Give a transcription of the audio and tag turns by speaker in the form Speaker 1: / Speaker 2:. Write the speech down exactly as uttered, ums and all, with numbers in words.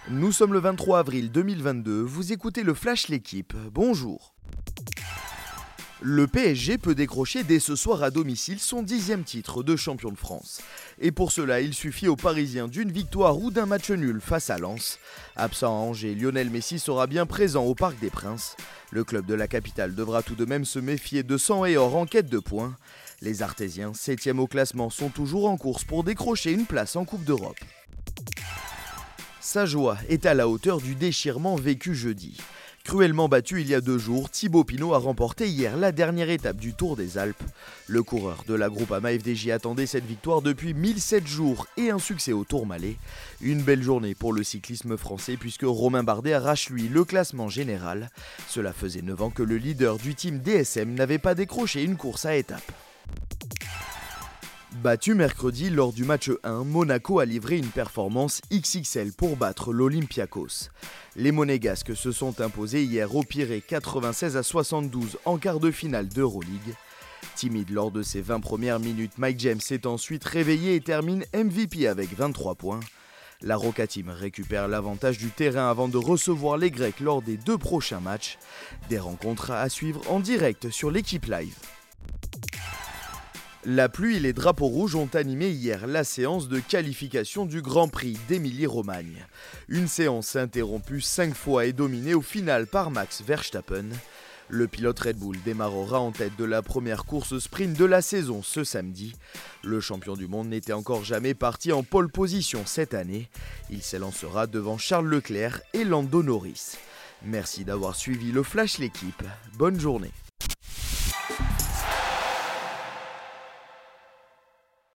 Speaker 1: Nous sommes le vingt-trois avril deux mille vingt-deux, vous écoutez le Flash L'équipe, bonjour. Le P S G peut décrocher dès ce soir à domicile son dixième titre de champion de France. Et pour cela, il suffit aux Parisiens d'une victoire ou d'un match nul face à Lens. Absent à Angers, Lionel Messi sera bien présent au Parc des Princes. Le club de la capitale devra tout de même se méfier de sang et or en quête de points. Les Artésiens, septième au classement, sont toujours en course pour décrocher une place en Coupe d'Europe. Sa joie est à la hauteur du déchirement vécu jeudi. Cruellement battu il y a deux jours, Thibaut Pinot a remporté hier la dernière étape du Tour des Alpes. Le coureur de la Groupama F D J attendait cette victoire depuis mille sept jours et un succès au Tourmalet. Une belle journée pour le cyclisme français puisque Romain Bardet arrache lui le classement général. Cela faisait neuf ans que le leader du team D S M n'avait pas décroché une course à étapes. Battu mercredi lors du match un, Monaco a livré une performance X X L pour battre l'Olympiakos. Les Monégasques se sont imposés hier au Pirée quatre-vingt-seize à soixante-douze en quart de finale d'Euroleague. Timide lors de ses vingt premières minutes, Mike James s'est ensuite réveillé et termine M V P avec vingt-trois points. La Roca Team récupère l'avantage du terrain avant de recevoir les Grecs lors des deux prochains matchs. Des rencontres à suivre en direct sur l'équipe live. La pluie et les drapeaux rouges ont animé hier la séance de qualification du Grand Prix d'Émilie-Romagne. Une séance interrompue cinq fois et dominée au final par Max Verstappen. Le pilote Red Bull démarrera en tête de la première course sprint de la saison ce samedi. Le champion du monde n'était encore jamais parti en pole position cette année. Il s'élancera devant Charles Leclerc et Lando Norris. Merci d'avoir suivi le Flash L'équipe. Bonne journée.